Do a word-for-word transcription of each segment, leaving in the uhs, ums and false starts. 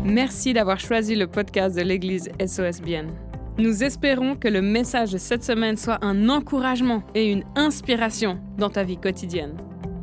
Merci d'avoir choisi le podcast de l'Église S O S Bienne. Nous espérons que le message de cette semaine soit un encouragement et une inspiration dans ta vie quotidienne.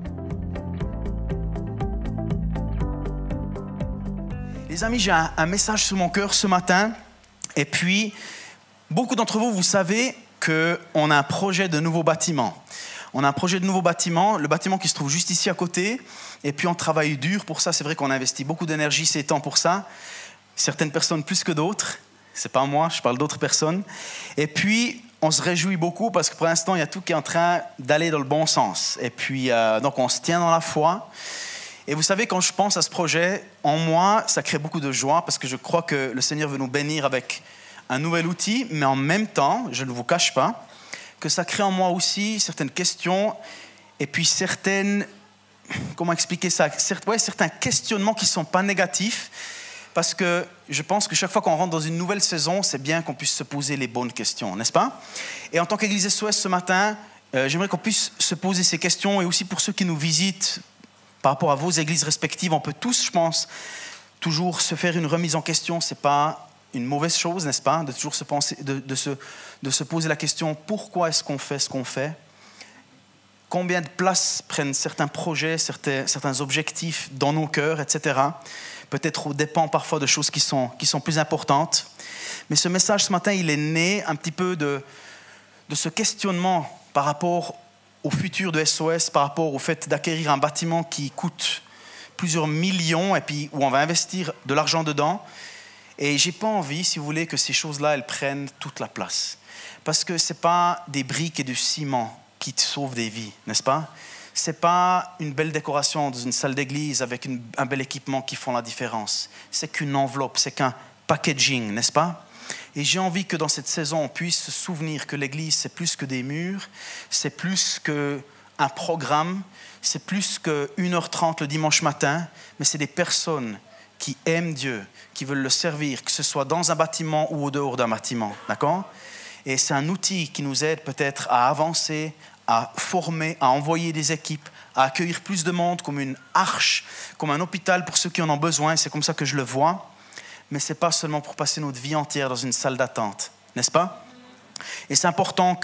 Les amis, j'ai un, un message sur mon cœur ce matin. Et puis, beaucoup d'entre vous, vous savez qu'on a un projet de nouveau bâtiment. On a un projet de nouveau bâtiment, le bâtiment qui se trouve juste ici à côté. Et puis, on travaille dur pour ça. C'est vrai qu'on a investi beaucoup d'énergie ces temps pour ça. Certaines personnes plus que d'autres. C'est pas moi, je parle d'autres personnes. Et puis, on se réjouit beaucoup parce que pour l'instant, il y a tout qui est en train d'aller dans le bon sens. Et puis, euh, donc, on se tient dans la foi. Et vous savez, quand je pense à ce projet, en moi, ça crée beaucoup de joie parce que je crois que le Seigneur veut nous bénir avec un nouvel outil, mais en même temps, je ne vous cache pas, que ça crée en moi aussi certaines questions et puis certaines, comment expliquer ça, Certes, ouais, certains questionnements qui ne sont pas négatifs parce que je pense que chaque fois qu'on rentre dans une nouvelle saison, c'est bien qu'on puisse se poser les bonnes questions, n'est-ce pas? Et en tant qu'Église S O S ce matin, euh, j'aimerais qu'on puisse se poser ces questions et aussi pour ceux qui nous visitent par rapport à vos églises respectives, on peut tous, je pense, toujours se faire une remise en question. Ce n'est pas une mauvaise chose, n'est-ce pas, de toujours se, penser, de, de, se, de se poser la question « Pourquoi est-ce qu'on fait ce qu'on fait ?» Combien de place prennent certains projets, certains, certains objectifs dans nos cœurs, et cetera. Peut-être au dépend parfois de choses qui sont, qui sont plus importantes. Mais ce message ce matin, il est né un petit peu de, de ce questionnement par rapport au futur de S O S, par rapport au fait d'acquérir un bâtiment qui coûte plusieurs millions et puis où on va investir de l'argent dedans. Et j'ai pas envie, si vous voulez, que ces choses-là, elles prennent toute la place. Parce que c'est pas des briques et du ciment qui te sauvent des vies, n'est-ce pas? C'est pas une belle décoration dans une salle d'église avec une, un bel équipement qui font la différence. C'est qu'une enveloppe, c'est qu'un packaging, n'est-ce pas? Et j'ai envie que dans cette saison, on puisse se souvenir que l'Église, c'est plus que des murs, c'est plus qu'un programme, c'est plus que une heure trente le dimanche matin, mais c'est des personnes qui aiment Dieu, qui veulent le servir, que ce soit dans un bâtiment ou au dehors d'un bâtiment, d'accord? Et c'est un outil qui nous aide peut-être à avancer, à former, à envoyer des équipes, à accueillir plus de monde comme une arche, comme un hôpital pour ceux qui en ont besoin, c'est comme ça que je le vois. Mais ce n'est pas seulement pour passer notre vie entière dans une salle d'attente, n'est-ce pas? Et c'est important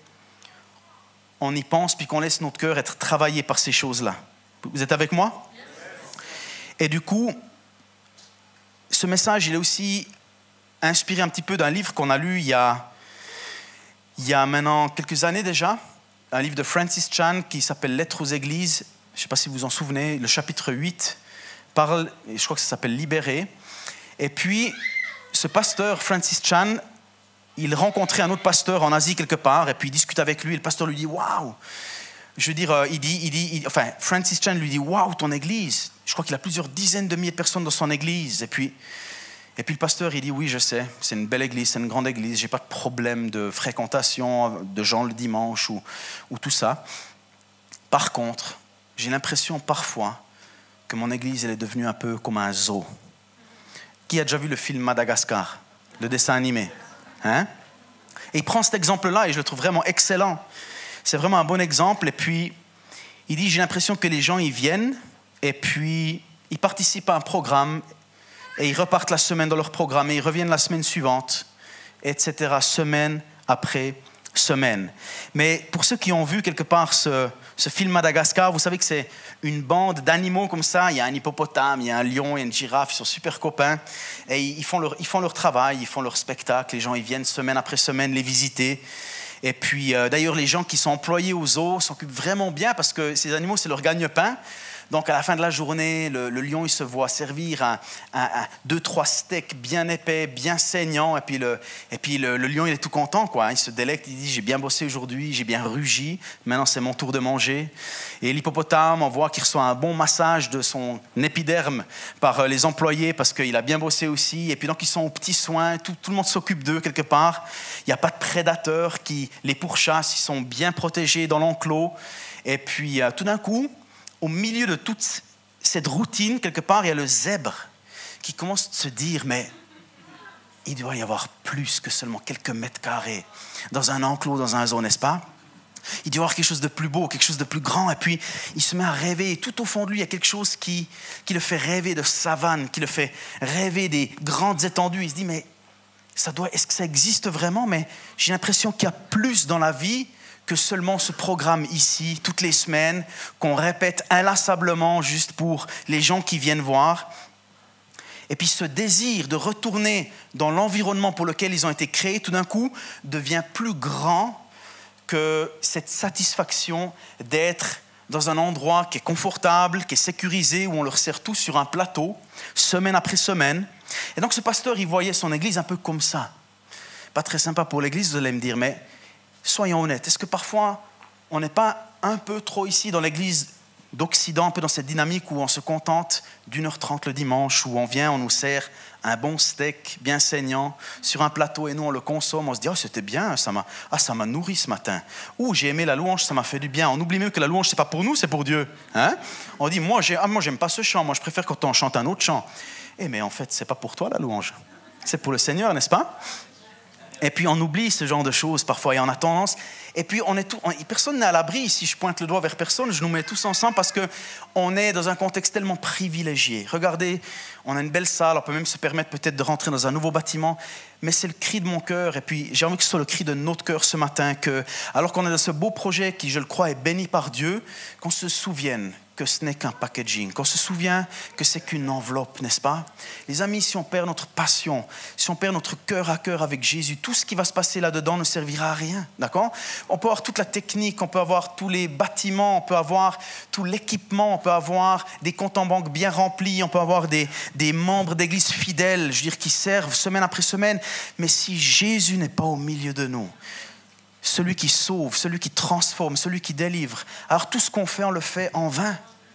qu'on y pense puis qu'on laisse notre cœur être travaillé par ces choses-là. Vous êtes avec moi? Et du coup, ce message, il est aussi inspiré un petit peu d'un livre qu'on a lu il y a, il y a maintenant quelques années déjà, un livre de Francis Chan qui s'appelle « Lettres aux églises ». Je ne sais pas si vous vous en souvenez, le chapitre huit parle, et je crois que ça s'appelle « Libéré ». Et puis, ce pasteur, Francis Chan, il rencontrait un autre pasteur en Asie quelque part, et puis il discute avec lui, et le pasteur lui dit « Waouh !» Je veux dire, il dit, il dit il, enfin, Francis Chan lui dit « Waouh, ton église !» Je crois qu'il a plusieurs dizaines de milliers de personnes dans son église. Et puis, et puis le pasteur, il dit « Oui, je sais, c'est une belle église, c'est une grande église, je n'ai pas de problème de fréquentation de gens le dimanche ou, ou tout ça. Par contre, j'ai l'impression parfois que mon église, elle est devenue un peu comme un zoo. » Qui a déjà vu le film Madagascar, le dessin animé, hein? Et il prend cet exemple-là et je le trouve vraiment excellent. C'est vraiment un bon exemple. Et puis, il dit, j'ai l'impression que les gens, ils viennent et puis ils participent à un programme et ils repartent la semaine dans leur programme et ils reviennent la semaine suivante, et cetera, semaine après semaine. Mais pour ceux qui ont vu quelque part ce, ce film Madagascar, vous savez que c'est une bande d'animaux comme ça. Il y a un hippopotame, il y a un lion, il y a une girafe, ils sont super copains. Et ils font leur, ils font leur travail, ils font leur spectacle. Les gens, ils viennent semaine après semaine les visiter. Et puis, euh, d'ailleurs, les gens qui sont employés au zoo s'occupent vraiment bien parce que ces animaux, c'est leur gagne-pain. Donc, à la fin de la journée, le, le lion, il se voit servir un, un, un, deux, trois steaks bien épais, bien saignants. Et puis, le, et puis le, le lion, il est tout content, quoi. Il se délecte, il dit « J'ai bien bossé aujourd'hui, j'ai bien rugi. Maintenant, c'est mon tour de manger. » Et l'hippopotame, on voit qu'il reçoit un bon massage de son épiderme par les employés parce qu'il a bien bossé aussi. Et puis, donc, ils sont aux petits soins. Tout, tout le monde s'occupe d'eux, quelque part. Il n'y a pas de prédateurs qui les pourchassent. Ils sont bien protégés dans l'enclos. Et puis, euh, tout d'un coup, au milieu de toute cette routine, quelque part, il y a le zèbre qui commence à se dire, mais il doit y avoir plus que seulement quelques mètres carrés dans un enclos, dans un zoo, n'est-ce pas? Il doit y avoir quelque chose de plus beau, quelque chose de plus grand. Et puis, il se met à rêver. Et tout au fond de lui, il y a quelque chose qui, qui le fait rêver de savane, qui le fait rêver des grandes étendues. Il se dit, mais ça doit, est-ce que ça existe vraiment? Mais j'ai l'impression qu'il y a plus dans la vie que seulement ce programme ici, toutes les semaines, qu'on répète inlassablement juste pour les gens qui viennent voir. Et puis ce désir de retourner dans l'environnement pour lequel ils ont été créés, tout d'un coup, devient plus grand que cette satisfaction d'être dans un endroit qui est confortable, qui est sécurisé, où on leur sert tous sur un plateau, semaine après semaine. Et donc ce pasteur, il voyait son église un peu comme ça. Pas très sympa pour l'église, vous allez me dire, mais soyons honnêtes, est-ce que parfois on n'est pas un peu trop ici dans l'église d'Occident, un peu dans cette dynamique où on se contente d'une heure trente le dimanche, où on vient, on nous sert un bon steak bien saignant sur un plateau et nous on le consomme, on se dit « oh c'était bien, ça m'a, ah, ça m'a nourri ce matin » ou « j'ai aimé la louange, ça m'a fait du bien ». On oublie même que la louange c'est pas pour nous, c'est pour Dieu. Hein? On dit moi, j'ai, ah, « moi j'aime pas ce chant, moi je préfère quand on chante un autre chant ». Eh mais en fait c'est pas pour toi la louange, c'est pour le Seigneur, n'est-ce pas? Et puis on oublie ce genre de choses parfois et on a tendance. Et puis on est tout, on, personne n'est à l'abri. Si je pointe le doigt vers personne, je nous mets tous ensemble parce qu'on est dans un contexte tellement privilégié. Regardez, on a une belle salle, on peut même se permettre peut-être de rentrer dans un nouveau bâtiment. Mais c'est le cri de mon cœur et puis j'ai envie que ce soit le cri de notre cœur ce matin, que, alors qu'on est dans ce beau projet qui, je le crois, est béni par Dieu, qu'on se souvienne que ce n'est qu'un packaging, qu'on se souvient que c'est qu'une enveloppe, n'est-ce pas? Les amis, si on perd notre passion, si on perd notre cœur à cœur avec Jésus, tout ce qui va se passer là-dedans ne servira à rien, d'accord? On peut avoir toute la technique, on peut avoir tous les bâtiments, on peut avoir tout l'équipement, on peut avoir des comptes en banque bien remplis, on peut avoir des, des membres d'église fidèles, je veux dire, qui servent semaine après semaine, mais si Jésus n'est pas au milieu de nous, celui qui sauve, celui qui transforme, celui qui délivre, alors tout ce qu'on fait, on le fait en vain.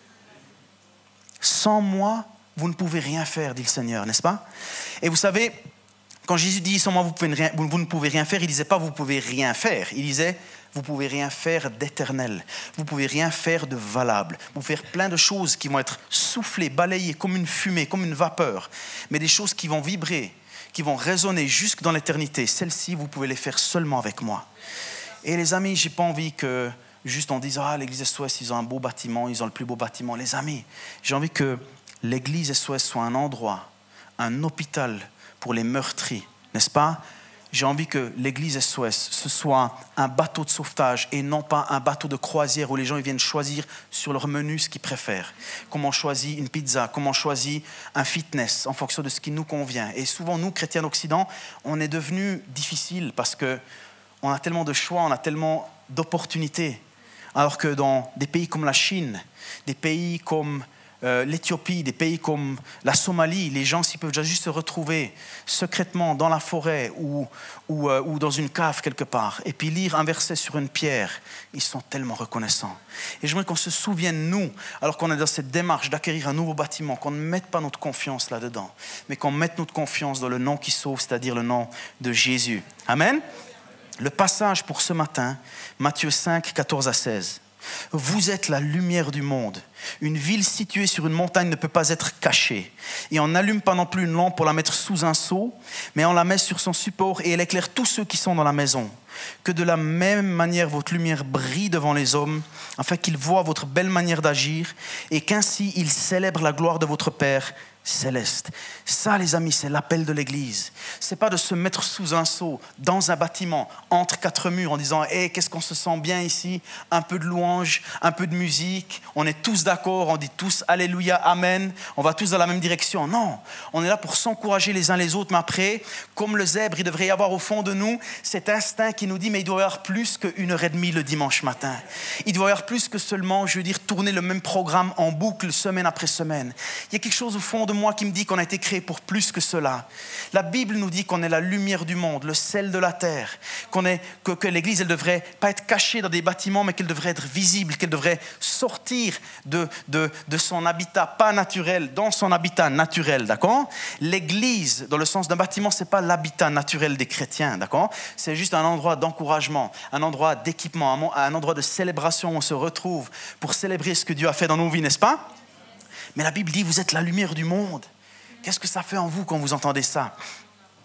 Sans moi, vous ne pouvez rien faire, dit le Seigneur, n'est-ce pas? Et vous savez, quand Jésus dit « sans moi, vous, pouvez rien, vous ne pouvez rien faire », il ne disait pas « vous ne pouvez rien faire ». Il disait « vous ne pouvez rien faire d'éternel, vous ne pouvez rien faire de valable. Vous pouvez faire plein de choses qui vont être soufflées, balayées comme une fumée, comme une vapeur, mais des choses qui vont vibrer, qui vont résonner jusque dans l'éternité. Celles-ci, vous pouvez les faire seulement avec moi. » Et les amis, je n'ai pas envie que juste on dise « ah, l'église S O S, ils ont un beau bâtiment, ils ont le plus beau bâtiment. » Les amis, j'ai envie que l'église S O S soit un endroit, un hôpital pour les meurtris, n'est-ce pas? J'ai envie que l'église S O S, ce soit un bateau de sauvetage et non pas un bateau de croisière où les gens ils viennent choisir sur leur menu ce qu'ils préfèrent. Comment on choisit une pizza, comment on choisit un fitness en fonction de ce qui nous convient. Et souvent, nous, chrétiens d'Occident, on est devenus difficiles parce qu'on a tellement de choix, on a tellement d'opportunités. Alors que dans des pays comme la Chine, des pays comme euh, l'Éthiopie, des pays comme la Somalie, les gens s'ils peuvent déjà juste se retrouver secrètement dans la forêt ou, ou, euh, ou dans une cave quelque part et puis lire un verset sur une pierre, ils sont tellement reconnaissants. Et j'aimerais qu'on se souvienne, nous, alors qu'on est dans cette démarche d'acquérir un nouveau bâtiment, qu'on ne mette pas notre confiance là-dedans, mais qu'on mette notre confiance dans le nom qui sauve, c'est-à-dire le nom de Jésus. Amen. Le passage pour ce matin, Matthieu cinq, quatorze à seize. Vous êtes la lumière du monde. Une ville située sur une montagne ne peut pas être cachée. Et on n'allume pas non plus une lampe pour la mettre sous un seau, mais on la met sur son support et elle éclaire tous ceux qui sont dans la maison. Que de la même manière votre lumière brille devant les hommes, afin qu'ils voient votre belle manière d'agir et qu'ainsi ils célèbrent la gloire de votre Père céleste. Ça, les amis, c'est l'appel de l'Église. C'est pas de se mettre sous un seau, dans un bâtiment, entre quatre murs, en disant hey, « qu'est-ce qu'on se sent bien ici ?» Un peu de louange, un peu de musique, on est tous d'accord, on dit tous « Alléluia, Amen », on va tous dans la même direction. Non, on est là pour s'encourager les uns les autres, mais après, comme le zèbre, il devrait y avoir au fond de nous cet instinct qui nous dit « mais il doit y avoir plus qu'une heure et demie le dimanche matin. Il doit y avoir plus que seulement, je veux dire, tourner le même programme en boucle, semaine après semaine. » Il y a quelque chose au fond de moi qui me dit qu'on a été créé pour plus que cela. La Bible nous dit qu'on est la lumière du monde, le sel de la terre, qu'on est, que, que l'Église elle devrait pas être cachée dans des bâtiments, mais qu'elle devrait être visible, qu'elle devrait sortir de, de, de son habitat pas naturel dans son habitat naturel, d'accord? L'Église, dans le sens d'un bâtiment, c'est pas l'habitat naturel des chrétiens, d'accord? C'est juste un endroit d'encouragement, un endroit d'équipement, un endroit de célébration où on se retrouve pour célébrer ce que Dieu a fait dans nos vies, n'est-ce pas? Mais la Bible dit, vous êtes la lumière du monde. Qu'est-ce que ça fait en vous quand vous entendez ça?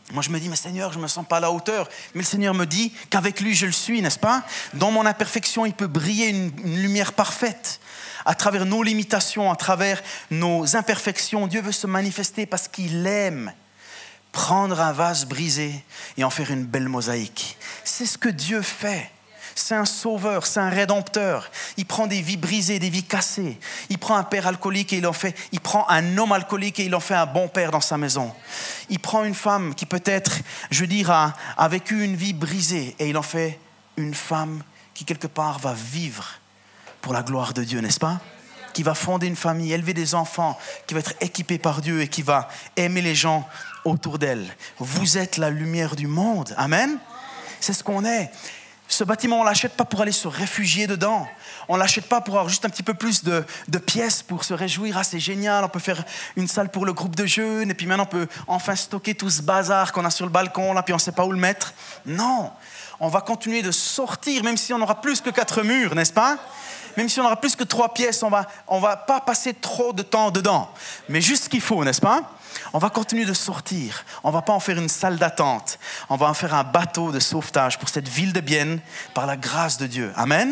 Moi, je me dis, mais Seigneur, je ne me sens pas à la hauteur. Mais le Seigneur me dit qu'avec lui, je le suis, n'est-ce pas? Dans mon imperfection, il peut briller une, une lumière parfaite. À travers nos limitations, à travers nos imperfections, Dieu veut se manifester parce qu'il aime prendre un vase brisé et en faire une belle mosaïque. C'est ce que Dieu fait. C'est un sauveur, c'est un rédempteur. Il prend des vies brisées, des vies cassées. Il prend un père alcoolique et il en fait, il prend un homme alcoolique et il en fait un bon père dans sa maison. Il prend une femme qui peut-être, je veux dire, a, a vécu une vie brisée et il en fait une femme qui quelque part va vivre pour la gloire de Dieu, n'est-ce pas? Qui va fonder une famille, élever des enfants, qui va être équipée par Dieu et qui va aimer les gens autour d'elle. Vous êtes la lumière du monde. Amen. C'est ce qu'on est. Ce bâtiment, on ne l'achète pas pour aller se réfugier dedans. On ne l'achète pas pour avoir juste un petit peu plus de, de pièces pour se réjouir. Ah, c'est génial, on peut faire une salle pour le groupe de jeunes et puis maintenant on peut enfin stocker tout ce bazar qu'on a sur le balcon là, puis on ne sait pas où le mettre. Non, on va continuer de sortir, même si on aura plus que quatre murs, n'est-ce pas? Même si on aura plus que trois pièces, on va, on va pas passer trop de temps dedans. Mais juste ce qu'il faut, n'est-ce pas? On va continuer de sortir. On ne va pas en faire une salle d'attente. On va en faire un bateau de sauvetage pour cette ville de Bienne par la grâce de Dieu. Amen.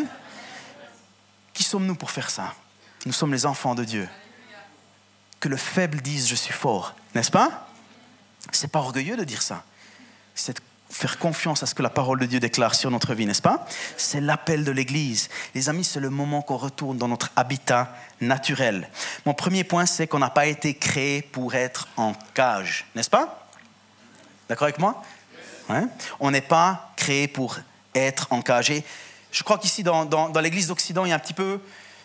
Qui sommes-nous pour faire ça? Nous sommes les enfants de Dieu. Que le faible dise « je suis fort », n'est-ce pas? Ce n'est pas orgueilleux de dire ça. C'est de faire confiance à ce que la parole de Dieu déclare sur notre vie, n'est-ce pas? C'est l'appel de l'Église. Les amis, c'est le moment qu'on retourne dans notre habitat naturel. Mon premier point, c'est qu'on n'a pas été créé pour être en cage, n'est-ce pas? D'accord avec moi? Ouais. On n'est pas créé pour être en cage. Et je crois qu'ici, dans, dans, dans l'Église d'Occident, il y a un petit peu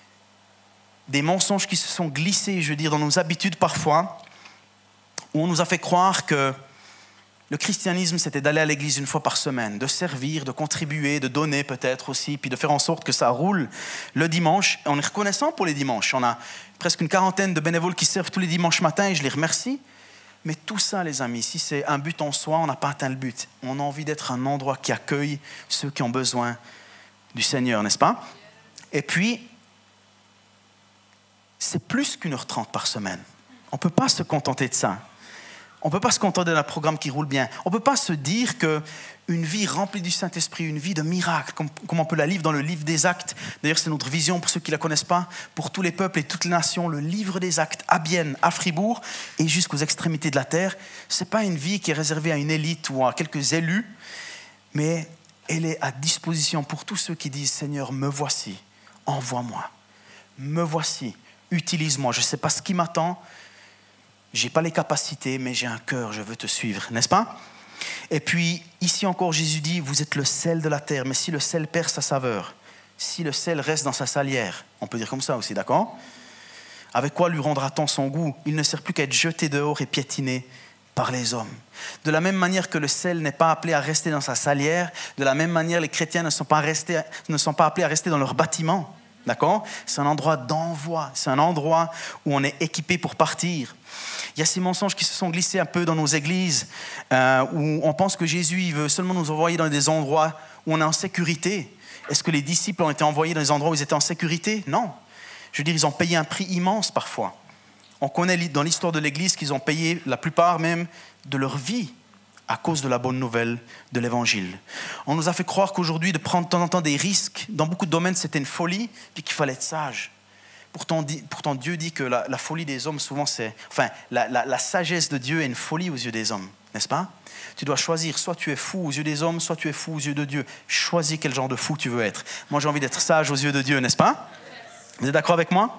des mensonges qui se sont glissés, je veux dire, dans nos habitudes parfois, où on nous a fait croire que le christianisme, c'était d'aller à l'église une fois par semaine, de servir, de contribuer, de donner peut-être aussi, puis de faire en sorte que ça roule le dimanche. On est reconnaissant pour les dimanches. On a presque une quarantaine de bénévoles qui servent tous les dimanches matins et je les remercie. Mais tout ça, les amis, si c'est un but en soi, on n'a pas atteint le but. On a envie d'être un endroit qui accueille ceux qui ont besoin du Seigneur, n'est-ce pas? Et puis, c'est plus qu'une heure trente par semaine. On ne peut pas se contenter de ça. On ne peut pas se contenter d'un programme qui roule bien. On ne peut pas se dire qu'une vie remplie du Saint-Esprit, une vie de miracle, comme, comme on peut la lire dans le livre des Actes, d'ailleurs c'est notre vision pour ceux qui ne la connaissent pas, pour tous les peuples et toutes les nations, le livre des Actes à Bienne, à Fribourg et jusqu'aux extrémités de la terre, ce n'est pas une vie qui est réservée à une élite ou à quelques élus, mais elle est à disposition pour tous ceux qui disent « Seigneur, me voici, envoie-moi, me voici, utilise-moi, je ne sais pas ce qui m'attend, je n'ai pas les capacités, mais j'ai un cœur, je veux te suivre, n'est-ce pas? Et puis, ici encore, Jésus dit, vous êtes le sel de la terre, mais si le sel perd sa saveur, si le sel reste dans sa salière, on peut dire comme ça aussi, d'accord? Avec quoi lui rendra-t-on son goût? Il ne sert plus qu'à être jeté dehors et piétiné par les hommes. De la même manière que le sel n'est pas appelé à rester dans sa salière, de la même manière, les chrétiens ne sont pas, restés, ne sont pas appelés à rester dans leur bâtiment. D'accord? C'est un endroit d'envoi, c'est un endroit où on est équipé pour partir. Il y a ces mensonges qui se sont glissés un peu dans nos églises, euh, où on pense que Jésus il veut seulement nous envoyer dans des endroits où on est en sécurité. Est-ce que les disciples ont été envoyés dans des endroits où ils étaient en sécurité? Non. Je veux dire, ils ont payé un prix immense parfois. On connaît dans l'histoire de l'Église qu'ils ont payé la plupart même de leur vie à cause de la bonne nouvelle de l'Évangile. On nous a fait croire qu'aujourd'hui, de prendre de temps en temps des risques, dans beaucoup de domaines, c'était une folie, puis qu'il fallait être sage. Pourtant, pourtant Dieu dit que la, la folie des hommes, souvent, c'est... Enfin, la, la, la sagesse de Dieu est une folie aux yeux des hommes, n'est-ce pas? Tu dois choisir, soit tu es fou aux yeux des hommes, soit tu es fou aux yeux de Dieu. Choisis quel genre de fou tu veux être. Moi, j'ai envie d'être sage aux yeux de Dieu, n'est-ce pas? Vous êtes d'accord avec moi?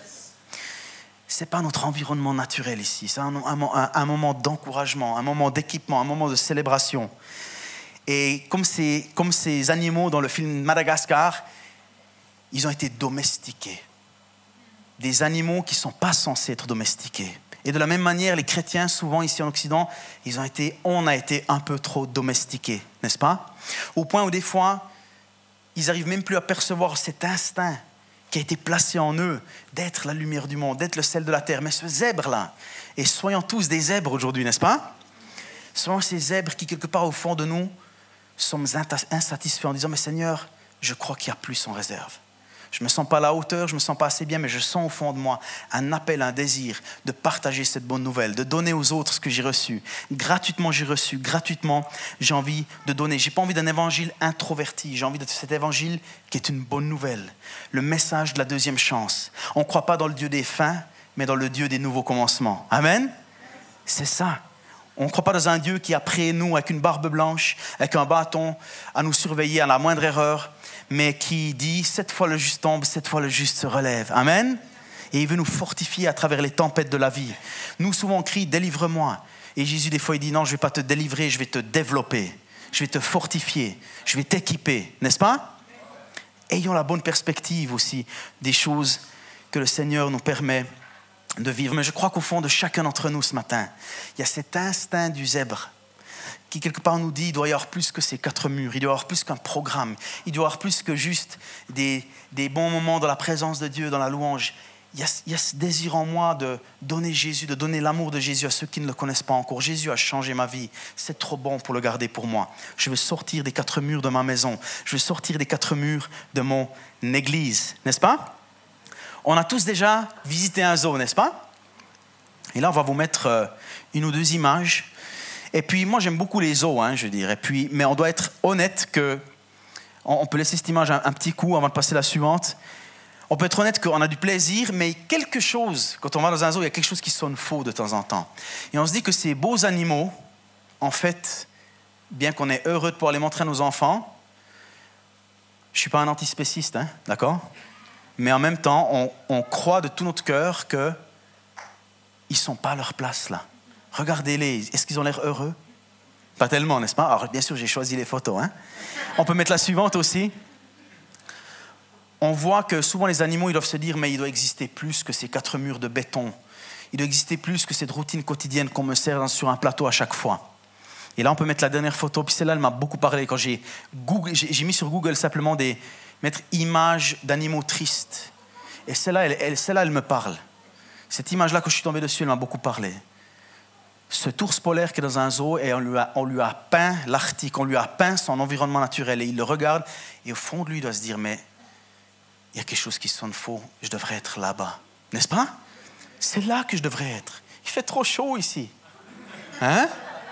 Ce n'est pas notre environnement naturel ici. C'est un, un, un, un moment d'encouragement, un moment d'équipement, un moment de célébration. Et comme ces, comme ces animaux dans le film Madagascar, ils ont été domestiqués. Des animaux qui ne sont pas censés être domestiqués. Et de la même manière, les chrétiens, souvent ici en Occident, ils ont été, on a été un peu trop domestiqués, n'est-ce pas? Au point où des fois, ils n'arrivent même plus à percevoir cet instinct qui a été placé en eux, d'être la lumière du monde, d'être le sel de la terre. Mais ce zèbre-là, et soyons tous des zèbres aujourd'hui, n'est-ce pas? Soyons ces zèbres qui, quelque part au fond de nous, sommes insatisfaits en disant « Mais Seigneur, je crois qu'il y a plus en réserve. Je ne me sens pas à la hauteur, je ne me sens pas assez bien, mais je sens au fond de moi un appel, un désir de partager cette bonne nouvelle, de donner aux autres ce que j'ai reçu. Gratuitement, j'ai reçu, gratuitement, j'ai envie de donner. Je n'ai pas envie d'un évangile introverti, j'ai envie de cet évangile qui est une bonne nouvelle. Le message de la deuxième chance. On ne croit pas dans le Dieu des fins, mais dans le Dieu des nouveaux commencements. Amen? C'est ça. On ne croit pas dans un Dieu qui est après nous avec une barbe blanche, avec un bâton à nous surveiller à la moindre erreur, mais qui dit « Cette fois le juste tombe, cette fois le juste se relève. » Amen. Et il veut nous fortifier à travers les tempêtes de la vie. Nous, souvent, on crie « Délivre-moi ». Et Jésus, des fois, il dit « Non, je ne vais pas te délivrer, je vais te développer. Je vais te fortifier, je vais t'équiper. » N'est-ce pas? Ayons la bonne perspective aussi des choses que le Seigneur nous permet de vivre. Mais je crois qu'au fond de chacun d'entre nous ce matin, il y a cet instinct du zèbre qui quelque part nous dit il doit y avoir plus que ces quatre murs, il doit y avoir plus qu'un programme, il doit y avoir plus que juste des, des bons moments dans la présence de Dieu, dans la louange. Il y a, il y a ce désir en moi de donner Jésus, de donner l'amour de Jésus à ceux qui ne le connaissent pas encore. Jésus a changé ma vie, c'est trop bon pour le garder pour moi. Je veux sortir des quatre murs de ma maison, je veux sortir des quatre murs de mon église, n'est-ce pas? On a tous déjà visité un zoo, n'est-ce pas? Et là, on va vous mettre une ou deux images. Et puis, moi, j'aime beaucoup les zoos, hein, je veux dire. Et puis, mais on doit être honnête que... On peut laisser cette image un, un petit coup avant de passer à la suivante. On peut être honnête qu'on a du plaisir, mais quelque chose, quand on va dans un zoo, il y a quelque chose qui sonne faux de temps en temps. Et on se dit que ces beaux animaux, en fait, bien qu'on est heureux de pouvoir les montrer à nos enfants, je ne suis pas un antispéciste, hein, d'accord? Mais en même temps, on, on croit de tout notre cœur qu'ils ne sont pas à leur place là. Regardez-les, est-ce qu'ils ont l'air heureux? Pas tellement, n'est-ce pas? Alors bien sûr, j'ai choisi les photos. Hein? On peut mettre la suivante aussi. On voit que souvent les animaux, ils doivent se dire, mais il doit exister plus que ces quatre murs de béton. Il doit exister plus que cette routine quotidienne qu'on me sert sur un plateau à chaque fois. Et là, on peut mettre la dernière photo. Puis celle-là, elle m'a beaucoup parlé. Quand j'ai, Google, j'ai, j'ai mis sur Google simplement des... mettre images d'animaux tristes. Et celle-là elle, elle, celle-là, elle me parle. Cette image-là, quand je suis tombé dessus, elle m'a beaucoup parlé. Ce ours polaire qui est dans un zoo, et on lui, a, on lui a peint l'Arctique, on lui a peint son environnement naturel, et il le regarde, et au fond de lui, il doit se dire, mais il y a quelque chose qui sonne faux, je devrais être là-bas. N'est-ce pas? C'est là que je devrais être. Il fait trop chaud ici. Hein?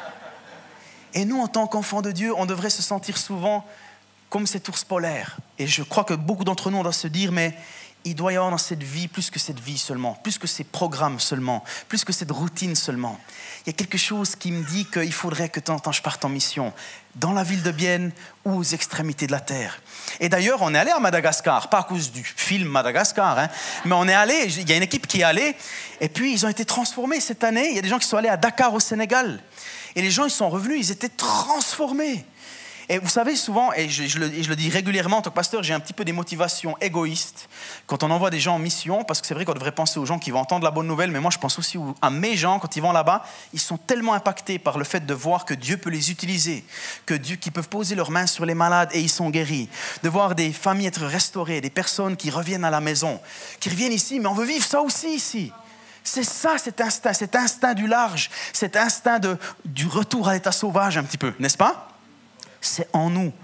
Et nous, en tant qu'enfants de Dieu, on devrait se sentir souvent comme cet ours polaire. Et je crois que beaucoup d'entre nous, on doit se dire, mais il doit y avoir dans cette vie plus que cette vie seulement, plus que ces programmes seulement, plus que cette routine seulement. Il y a quelque chose qui me dit qu'il faudrait que de temps en temps je parte en mission, dans la ville de Bienne ou aux extrémités de la terre. Et d'ailleurs, on est allé à Madagascar, pas à cause du film Madagascar, hein, mais on est allé, il y a une équipe qui est allée, et puis ils ont été transformés cette année. Il y a des gens qui sont allés à Dakar au Sénégal. Et les gens, ils sont revenus, ils étaient transformés. Et vous savez, souvent, et je, je, le, et je le dis régulièrement en tant que pasteur, j'ai un petit peu des motivations égoïstes quand on envoie des gens en mission, parce que c'est vrai qu'on devrait penser aux gens qui vont entendre la bonne nouvelle, mais moi je pense aussi à mes gens, quand ils vont là-bas, ils sont tellement impactés par le fait de voir que Dieu peut les utiliser, que Dieu, qu'ils peuvent poser leurs mains sur les malades et ils sont guéris, de voir des familles être restaurées, des personnes qui reviennent à la maison, qui reviennent ici, mais on veut vivre ça aussi ici. C'est ça, cet instinct, cet instinct du large, cet instinct de, du retour à l'état sauvage un petit peu, n'est-ce pas? C'est en nous,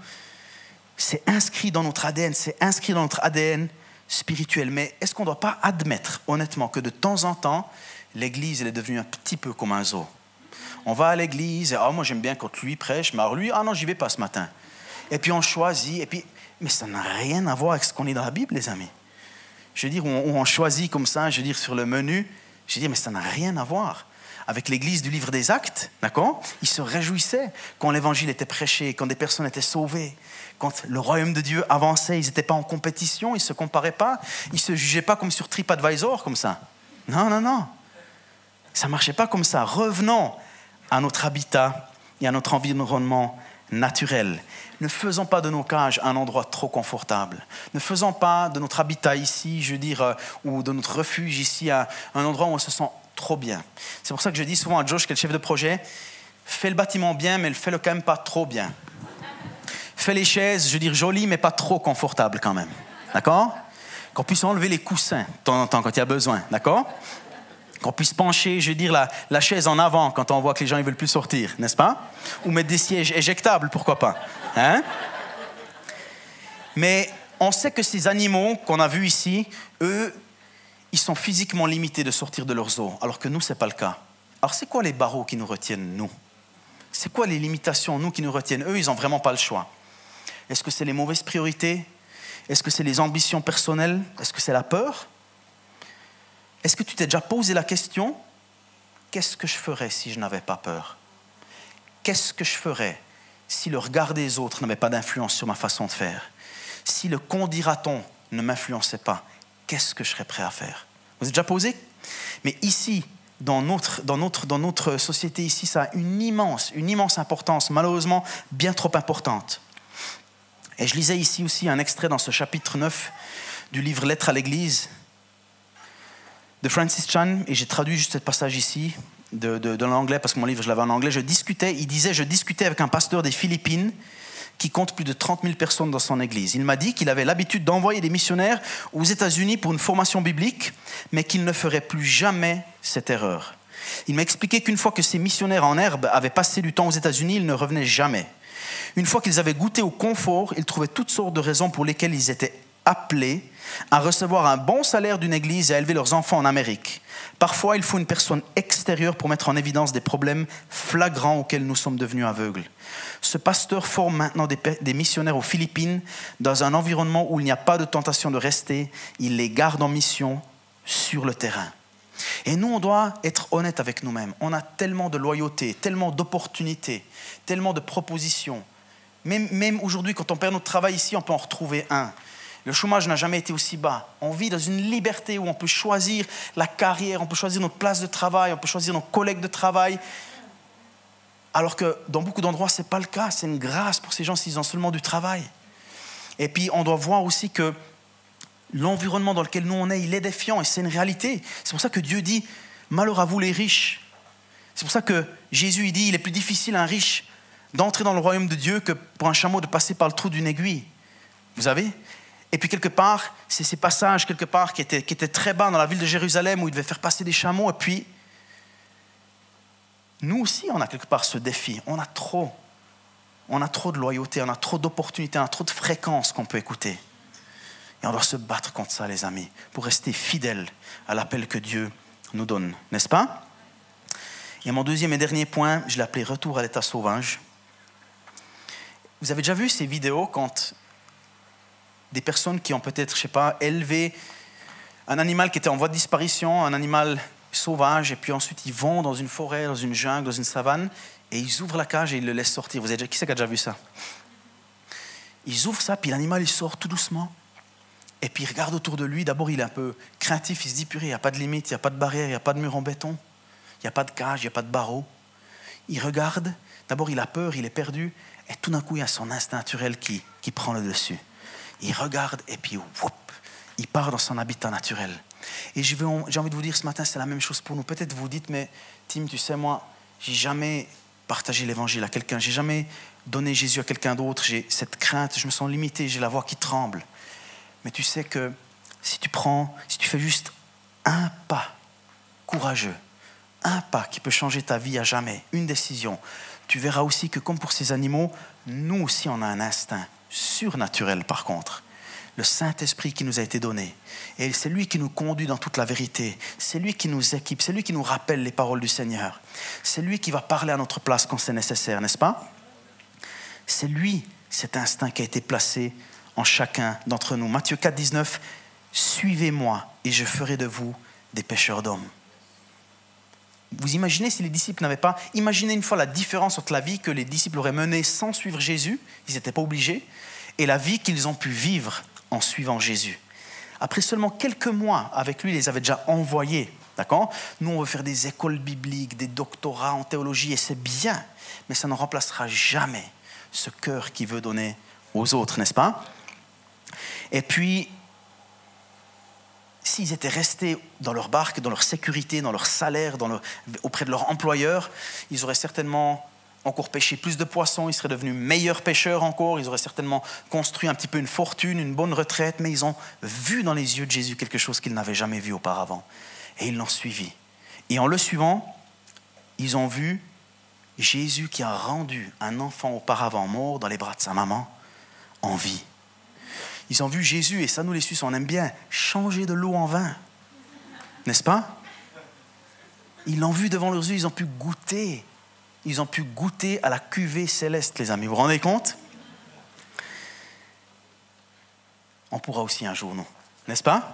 c'est inscrit dans notre A D N, c'est inscrit dans notre A D N spirituel. Mais est-ce qu'on ne doit pas admettre, honnêtement, que de temps en temps, l'Église elle est devenue un petit peu comme un zoo? On va à l'Église, et oh, moi j'aime bien quand lui prêche, mais alors lui, ah non, j'y vais pas ce matin. Et puis on choisit, et puis, mais ça n'a rien à voir avec ce qu'on lit dans la Bible, les amis. Je veux dire, on, on choisit comme ça, je veux dire, sur le menu, je veux dire, mais ça n'a rien à voir avec l'Église du livre des Actes, d'accord? Ils se réjouissaient quand l'Évangile était prêché, quand des personnes étaient sauvées, quand le royaume de Dieu avançait. Ils n'étaient pas en compétition, ils ne se comparaient pas, ils ne se jugeaient pas comme sur TripAdvisor, comme ça. Non, non, non. Ça ne marchait pas comme ça. Revenons à notre habitat et à notre environnement naturel. Ne faisons pas de nos cages un endroit trop confortable. Ne faisons pas de notre habitat ici, je veux dire, euh, ou de notre refuge ici, un, un endroit où on se sent trop bien. C'est pour ça que je dis souvent à Josh, qui est le chef de projet, fais le bâtiment bien, mais fais-le quand même pas trop bien. Fais les chaises, je veux dire, jolies, mais pas trop confortables quand même. D'accord? Qu'on puisse enlever les coussins de temps en temps quand il y a besoin. D'accord? Qu'on puisse pencher, je veux dire, la, la chaise en avant quand on voit que les gens ne veulent plus sortir, n'est-ce pas? Ou mettre des sièges éjectables, pourquoi pas? Hein? Mais on sait que ces animaux qu'on a vus ici, eux, ils sont physiquement limités de sortir de leurs eaux, alors que nous, ce n'est pas le cas. Alors, c'est quoi les barreaux qui nous retiennent, nous? C'est quoi les limitations, nous, qui nous retiennent? Eux, ils n'ont vraiment pas le choix. Est-ce que c'est les mauvaises priorités? Est-ce que c'est les ambitions personnelles? Est-ce que c'est la peur? Est-ce que tu t'es déjà posé la question, qu'est-ce que je ferais si je n'avais pas peur? Qu'est-ce que je ferais si le regard des autres n'avait pas d'influence sur ma façon de faire? Si le qu'en dira-t-on ne m'influençait pas, qu'est-ce que je serais prêt à faire? Vous êtes déjà posé? Mais ici, dans notre, dans, notre, dans notre société, ici, ça a une immense, une immense importance, malheureusement bien trop importante. Et je lisais ici aussi un extrait dans ce chapitre neuf du livre Lettres à l'Église de Francis Chan, et j'ai traduit juste ce passage ici de, de, de l'anglais, parce que mon livre, je l'avais en anglais. Je discutais, il disait, je discutais avec un pasteur des Philippines qui compte plus de trente mille personnes dans son église. Il m'a dit qu'il avait l'habitude d'envoyer des missionnaires aux États-Unis pour une formation biblique, mais qu'il ne ferait plus jamais cette erreur. Il m'a expliqué qu'une fois que ces missionnaires en herbe avaient passé du temps aux États-Unis, ils ne revenaient jamais. Une fois qu'ils avaient goûté au confort, ils trouvaient toutes sortes de raisons pour lesquelles ils étaient appelés à recevoir un bon salaire d'une église et à élever leurs enfants en Amérique. Parfois, il faut une personne extérieure pour mettre en évidence des problèmes flagrants auxquels nous sommes devenus aveugles. Ce pasteur forme maintenant des, des missionnaires aux Philippines dans un environnement où il n'y a pas de tentation de rester. Il les garde en mission sur le terrain. Et nous, on doit être honnête avec nous-mêmes. On a tellement de loyauté, tellement d'opportunités, tellement de propositions. Même, même aujourd'hui, quand on perd notre travail ici, on peut en retrouver un. Le chômage n'a jamais été aussi bas. On vit dans une liberté où on peut choisir la carrière, on peut choisir notre place de travail, on peut choisir nos collègues de travail. Alors que dans beaucoup d'endroits, ce n'est pas le cas. C'est une grâce pour ces gens s'ils ont seulement du travail. Et puis, on doit voir aussi que l'environnement dans lequel nous on est, il est défiant et c'est une réalité. C'est pour ça que Dieu dit « Malheur à vous les riches ». C'est pour ça que Jésus il dit « Il est plus difficile à un riche d'entrer dans le royaume de Dieu que pour un chameau de passer par le trou d'une aiguille. » Vous savez ? Et puis quelque part, c'est ces passages quelque part qui étaient, qui étaient très bas dans la ville de Jérusalem où il devait faire passer des chameaux. Et puis, nous aussi, on a quelque part ce défi. On a trop, on a trop de loyauté, on a trop d'opportunités, on a trop de fréquences qu'on peut écouter. Et on doit se battre contre ça, les amis, pour rester fidèles à l'appel que Dieu nous donne, n'est-ce pas? Et mon deuxième et dernier point, je l'ai appelé « Retour à l'état sauvage ». Vous avez déjà vu ces vidéos quand des personnes qui ont peut-être, je ne sais pas, élevé un animal qui était en voie de disparition, un animal sauvage, et puis ensuite ils vont dans une forêt, dans une jungle, dans une savane, et ils ouvrent la cage et ils le laissent sortir. Vous avez déjà, qui c'est qui a déjà vu ça? Ils ouvrent ça, puis l'animal il sort tout doucement. Et puis il regarde autour de lui. D'abord, il est un peu craintif. Il se dit, purée, il n'y a pas de limite, il n'y a pas de barrière, il n'y a pas de mur en béton, il n'y a pas de cage, il n'y a pas de barreau. Il regarde. D'abord, il a peur, il est perdu. Et tout d'un coup, il y a son instinct naturel qui, qui prend le dessus. Il regarde et puis, whoop, il part dans son habitat naturel. Et j'ai envie de vous dire ce matin, c'est la même chose pour nous. Peut-être vous dites, mais Tim, tu sais, moi, j'ai jamais partagé l'évangile à quelqu'un. J'ai jamais donné Jésus à quelqu'un d'autre. J'ai cette crainte, je me sens limité, j'ai la voix qui tremble. Mais tu sais que si tu prends, si tu fais juste un pas courageux, un pas qui peut changer ta vie à jamais, une décision, tu verras aussi que comme pour ces animaux, nous aussi on a un instinct surnaturel par contre. Le Saint-Esprit qui nous a été donné. Et c'est lui qui nous conduit dans toute la vérité. C'est lui qui nous équipe, c'est lui qui nous rappelle les paroles du Seigneur. C'est lui qui va parler à notre place quand c'est nécessaire, n'est-ce pas? C'est lui, cet instinct qui a été placé en chacun d'entre nous. Matthieu quatre, dix-neuf, « Suivez-moi et je ferai de vous des pêcheurs d'hommes. » Vous imaginez si les disciples n'avaient pas... Imaginez une fois la différence entre la vie que les disciples auraient menée sans suivre Jésus, ils n'étaient pas obligés, et la vie qu'ils ont pu vivre en suivant Jésus. Après seulement quelques mois avec lui, il les avait déjà envoyés. D'accord ? Nous, on veut faire des écoles bibliques, des doctorats en théologie, et c'est bien, mais ça ne remplacera jamais ce cœur qui veut donner aux autres, n'est-ce pas ? Et puis, s'ils étaient restés dans leur barque, dans leur sécurité, dans leur salaire, dans leur, auprès de leur employeur, ils auraient certainement encore pêché plus de poissons, ils seraient devenus meilleurs pêcheurs encore, ils auraient certainement construit un petit peu une fortune, une bonne retraite, mais ils ont vu dans les yeux de Jésus quelque chose qu'ils n'avaient jamais vu auparavant. Et ils l'ont suivi. Et en le suivant, ils ont vu Jésus qui a rendu un enfant auparavant mort dans les bras de sa maman en vie. Ils ont vu Jésus, et ça nous les Suisses, on aime bien, changer de l'eau en vin. N'est-ce pas? Ils l'ont vu devant leurs yeux, ils ont pu goûter. Ils ont pu goûter à la cuvée céleste, les amis. Vous vous rendez compte? On pourra aussi un jour, non? N'est-ce pas?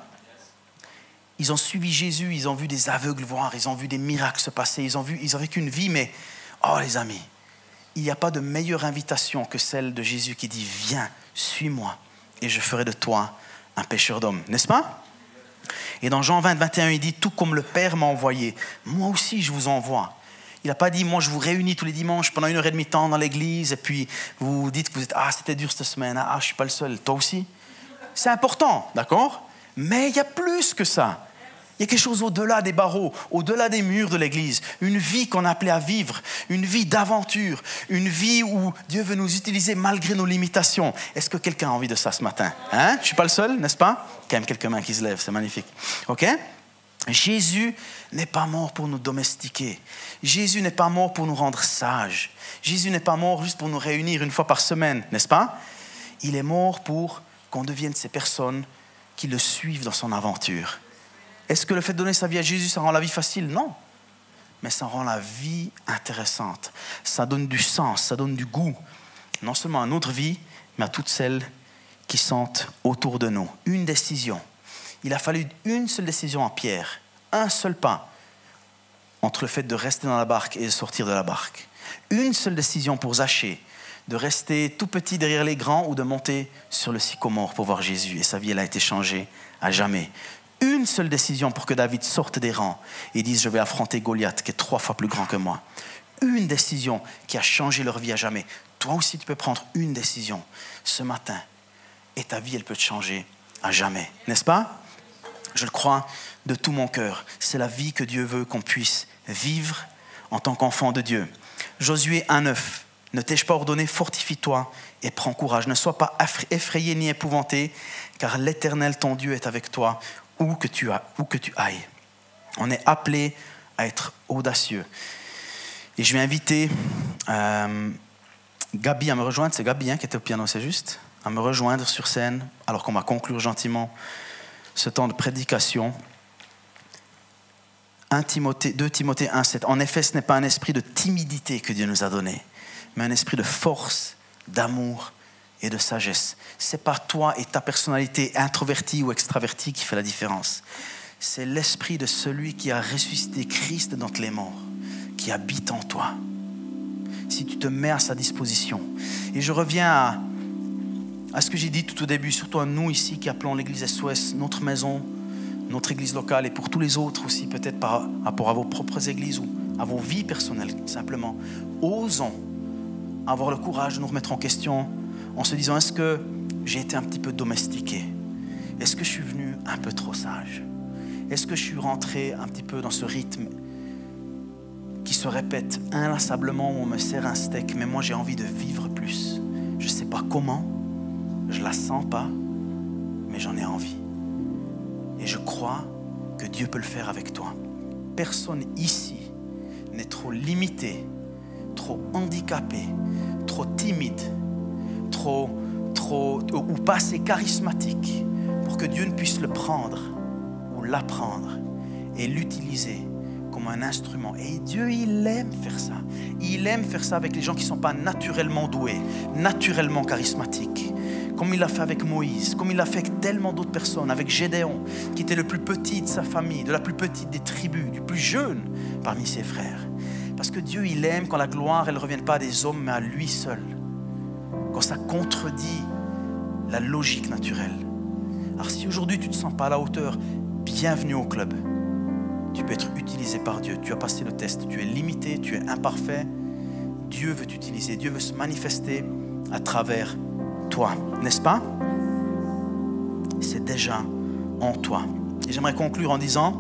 Ils ont suivi Jésus, ils ont vu des aveugles voir, ils ont vu des miracles se passer, ils ont, vu, ils ont vécu une vie, mais, oh les amis, il n'y a pas de meilleure invitation que celle de Jésus qui dit « Viens, suis-moi, et je ferai de toi un pêcheur d'hommes. » N'est-ce pas? Et dans Jean vingt, vingt et un, il dit « Tout comme le Père m'a envoyé, moi aussi je vous envoie. » Il n'a pas dit « Moi je vous réunis tous les dimanches pendant une heure et demie de temps dans l'église, et puis vous vous dites que vous êtes « Ah, c'était dur cette semaine, ah, je ne suis pas le seul, toi aussi. » C'est important, d'accord? Mais il y a plus que ça. Il y a quelque chose au-delà des barreaux, au-delà des murs de l'église. Une vie qu'on a appelée à vivre, une vie d'aventure, une vie où Dieu veut nous utiliser malgré nos limitations. Est-ce que quelqu'un a envie de ça ce matin? Hein? Je ne suis pas le seul, n'est-ce pas? Quand même quelques mains qui se lèvent, c'est magnifique. OK? Jésus n'est pas mort pour nous domestiquer. Jésus n'est pas mort pour nous rendre sages. Jésus n'est pas mort juste pour nous réunir une fois par semaine, n'est-ce pas? Il est mort pour qu'on devienne ces personnes qui le suivent dans son aventure. Est-ce que le fait de donner sa vie à Jésus, ça rend la vie facile? Non. Mais ça rend la vie intéressante. Ça donne du sens, ça donne du goût. Non seulement à notre vie, mais à toutes celles qui sont autour de nous. Une décision. Il a fallu une seule décision à Pierre. Un seul pas entre le fait de rester dans la barque et de sortir de la barque. Une seule décision pour Zachée, de rester tout petit derrière les grands ou de monter sur le sycomore pour voir Jésus. Et sa vie, elle a été changée à jamais. Une seule décision pour que David sorte des rangs et dise « Je vais affronter Goliath qui est trois fois plus grand que moi ». Une décision qui a changé leur vie à jamais. Toi aussi, tu peux prendre une décision ce matin et ta vie, elle peut te changer à jamais. N'est-ce pas? Je le crois de tout mon cœur. C'est la vie que Dieu veut qu'on puisse vivre en tant qu'enfant de Dieu. Josué un neuf. Ne t'ai-je pas ordonné, fortifie-toi et prends courage. Ne sois pas effrayé ni épouvanté, car l'Éternel, ton Dieu, est avec toi où que tu, as, où que tu ailles. On est appelé à être audacieux. Et je vais inviter euh, Gabi à me rejoindre. C'est Gabi hein, qui était au piano, c'est juste? À me rejoindre sur scène, alors qu'on va conclure gentiment ce temps de prédication. un Timothée, deux Timothée un sept. En effet, ce n'est pas un esprit de timidité que Dieu nous a donné, mais un esprit de force, d'amour et de sagesse. Ce n'est pas toi et ta personnalité introvertie ou extravertie qui fait la différence. C'est l'esprit de celui qui a ressuscité Christ d'entre les morts, qui habite en toi. Si tu te mets à sa disposition. Et je reviens à, à ce que j'ai dit tout au début, surtout à nous ici qui appelons l'église S O S notre maison, notre église locale, et pour tous les autres aussi, peut-être par rapport à vos propres églises ou à vos vies personnelles, simplement. Osons avoir le courage de nous remettre en question en se disant, est-ce que j'ai été un petit peu domestiqué? Est-ce que je suis venu un peu trop sage? Est-ce que je suis rentré un petit peu dans ce rythme qui se répète inlassablement où on me sert un steak, mais moi j'ai envie de vivre plus. Je ne sais pas comment, je ne la sens pas, mais j'en ai envie. Et je crois que Dieu peut le faire avec toi. Personne ici n'est trop limité, trop handicapé, trop timide, trop, trop, ou pas assez charismatique pour que Dieu ne puisse le prendre ou l'apprendre et l'utiliser comme un instrument. Et Dieu, il aime faire ça. Il aime faire ça avec les gens qui ne sont pas naturellement doués, naturellement charismatiques. Comme il l'a fait avec Moïse, comme il l'a fait avec tellement d'autres personnes, avec Gédéon, qui était le plus petit de sa famille, de la plus petite des tribus, du plus jeune parmi ses frères. Parce que Dieu, il aime quand la gloire, elle ne revient pas à des hommes, mais à lui seul. Quand ça contredit la logique naturelle. Alors si aujourd'hui tu ne te sens pas à la hauteur, bienvenue au club. Tu peux être utilisé par Dieu. Tu as passé le test. Tu es limité, tu es imparfait. Dieu veut t'utiliser. Dieu veut se manifester à travers toi. N'est-ce pas? C'est déjà en toi. Et j'aimerais conclure en disant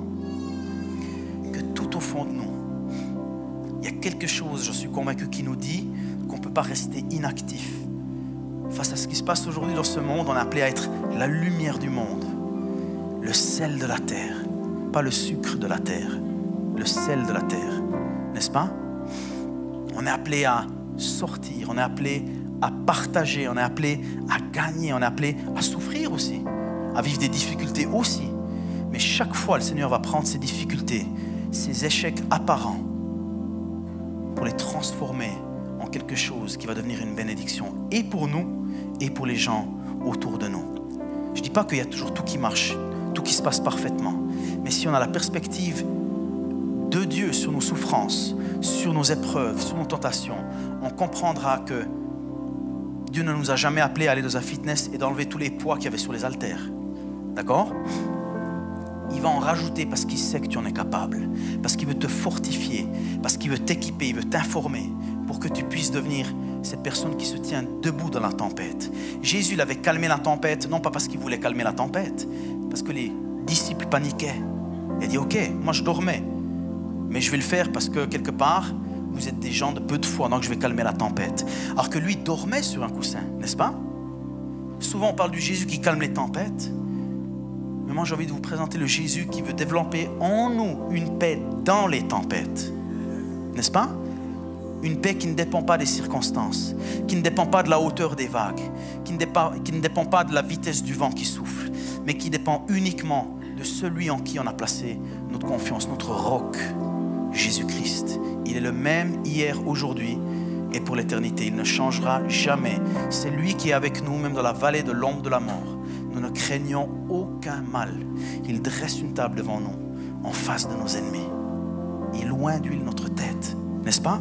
que tout au fond de nous, il y a quelque chose, je suis convaincu, qui nous dit qu'on ne peut pas rester inactif. Face à ce qui se passe aujourd'hui dans ce monde, on est appelé à être la lumière du monde, le sel de la terre. Pas le sucre de la terre, le sel de la terre, n'est-ce pas? On est appelé à sortir, on est appelé à partager, on est appelé à gagner, on est appelé à souffrir aussi, à vivre des difficultés aussi. Mais chaque fois, le Seigneur va prendre ces difficultés, ces échecs apparents, pour les transformer en quelque chose qui va devenir une bénédiction, et pour nous, et pour les gens autour de nous. Je ne dis pas qu'il y a toujours tout qui marche, tout qui se passe parfaitement, mais si on a la perspective de Dieu sur nos souffrances, sur nos épreuves, sur nos tentations, on comprendra que Dieu ne nous a jamais appelés à aller dans un fitness et d'enlever tous les poids qu'il y avait sur les haltères. D'accord ? Il va en rajouter parce qu'il sait que tu en es capable, parce qu'il veut te fortifier, parce qu'il veut t'équiper, il veut t'informer pour que tu puisses devenir cette personne qui se tient debout dans la tempête. Jésus, il avait calmé la tempête, non pas parce qu'il voulait calmer la tempête, parce que les disciples paniquaient. Il a dit, ok, moi je dormais, mais je vais le faire parce que quelque part, vous êtes des gens de peu de foi, donc je vais calmer la tempête. Alors que lui dormait sur un coussin, n'est-ce pas? Souvent on parle du Jésus qui calme les tempêtes, mais moi j'ai envie de vous présenter le Jésus qui veut développer en nous une paix dans les tempêtes, n'est-ce pas? Une paix qui ne dépend pas des circonstances, qui ne dépend pas de la hauteur des vagues, qui ne dépend, qui ne dépend pas de la vitesse du vent qui souffle, mais qui dépend uniquement de celui en qui on a placé notre confiance, notre roc, Jésus-Christ. Il est le même hier, aujourd'hui et pour l'éternité. Il ne changera jamais. C'est lui qui est avec nous, même dans la vallée de l'ombre de la mort. Nous ne craignons aucun mal. Il dresse une table devant nous, en face de nos ennemis. Il oint d'huile notre tête, n'est-ce pas?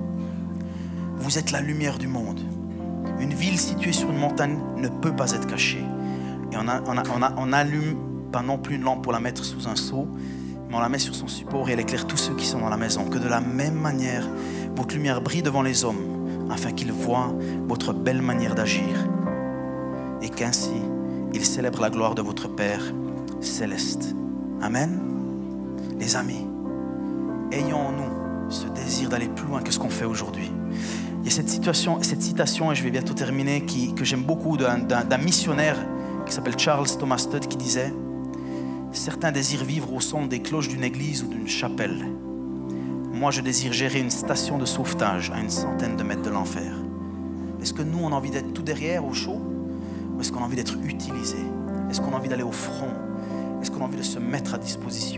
Vous êtes la lumière du monde. Une ville située sur une montagne ne peut pas être cachée. Et on, a, on, a, on, a, on allume pas non plus une lampe pour la mettre sous un seau, mais on la met sur son support et elle éclaire tous ceux qui sont dans la maison. Que de la même manière, votre lumière brille devant les hommes, afin qu'ils voient votre belle manière d'agir. Et qu'ainsi, ils célèbrent la gloire de votre Père céleste. Amen. Les amis, ayons en nous ce désir d'aller plus loin que ce qu'on fait aujourd'hui. Il y a cette, situation, cette citation, et je vais bientôt terminer, qui, que j'aime beaucoup, d'un, d'un, d'un missionnaire qui s'appelle Charles Thomas Studd, qui disait « Certains désirent vivre au son des cloches d'une église ou d'une chapelle. Moi, je désire gérer une station de sauvetage à une centaine de mètres de l'enfer. » Est-ce que nous, on a envie d'être tout derrière, au chaud? Ou est-ce qu'on a envie d'être utilisé? Est-ce qu'on a envie d'aller au front? Est-ce qu'on a envie de se mettre à disposition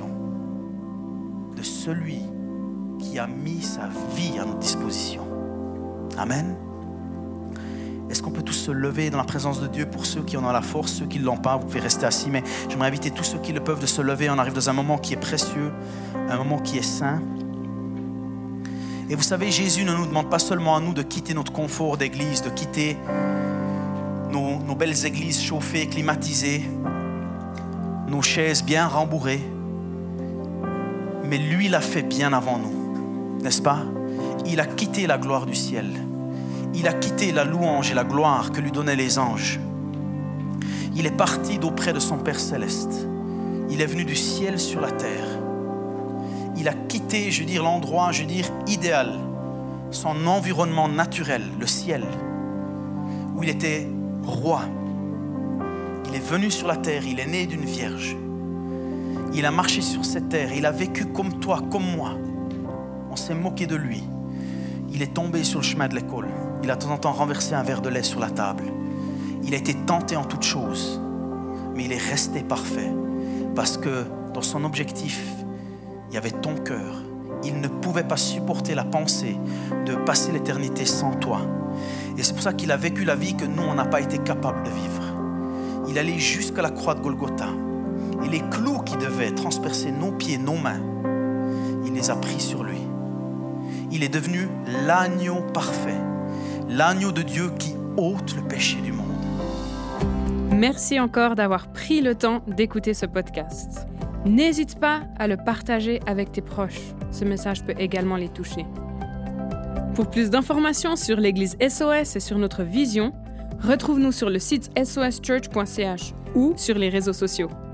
de celui qui a mis sa vie à notre disposition? Amen. Est-ce qu'on peut tous se lever dans la présence de Dieu? Pour ceux qui en ont la force, ceux qui ne l'ont pas, vous pouvez rester assis, mais j'aimerais inviter tous ceux qui le peuvent de se lever. On arrive dans un moment qui est précieux, un moment qui est saint. Et vous savez, Jésus ne nous demande pas seulement à nous de quitter notre confort d'église, de quitter nos, nos belles églises chauffées, climatisées, nos chaises bien rembourrées, mais lui l'a fait bien avant nous, n'est-ce pas? Il a quitté la gloire du ciel. Il a quitté la louange et la gloire que lui donnaient les anges. Il est parti d'auprès de son Père céleste. Il est venu du ciel sur la terre. Il a quitté, je veux dire, l'endroit, je veux dire, idéal, son environnement naturel, le ciel, où il était roi. Il est venu sur la terre, il est né d'une vierge. Il a marché sur cette terre, il a vécu comme toi, comme moi. On s'est moqué de lui. Il est tombé sur le chemin de l'école. Il a de temps en temps renversé un verre de lait sur la table. Il a été tenté en toutes choses, mais il est resté parfait parce que dans son objectif, il y avait ton cœur. Il ne pouvait pas supporter la pensée de passer l'éternité sans toi. Et c'est pour ça qu'il a vécu la vie que nous, on n'a pas été capable de vivre. Il allait jusqu'à la croix de Golgotha. Et les clous qui devaient transpercer nos pieds, nos mains, il les a pris sur lui. Il est devenu l'agneau parfait, l'agneau de Dieu qui ôte le péché du monde. Merci encore d'avoir pris le temps d'écouter ce podcast. N'hésite pas à le partager avec tes proches. Ce message peut également les toucher. Pour plus d'informations sur l'Église S O S et sur notre vision, retrouve-nous sur le site s o s church point c h ou sur les réseaux sociaux.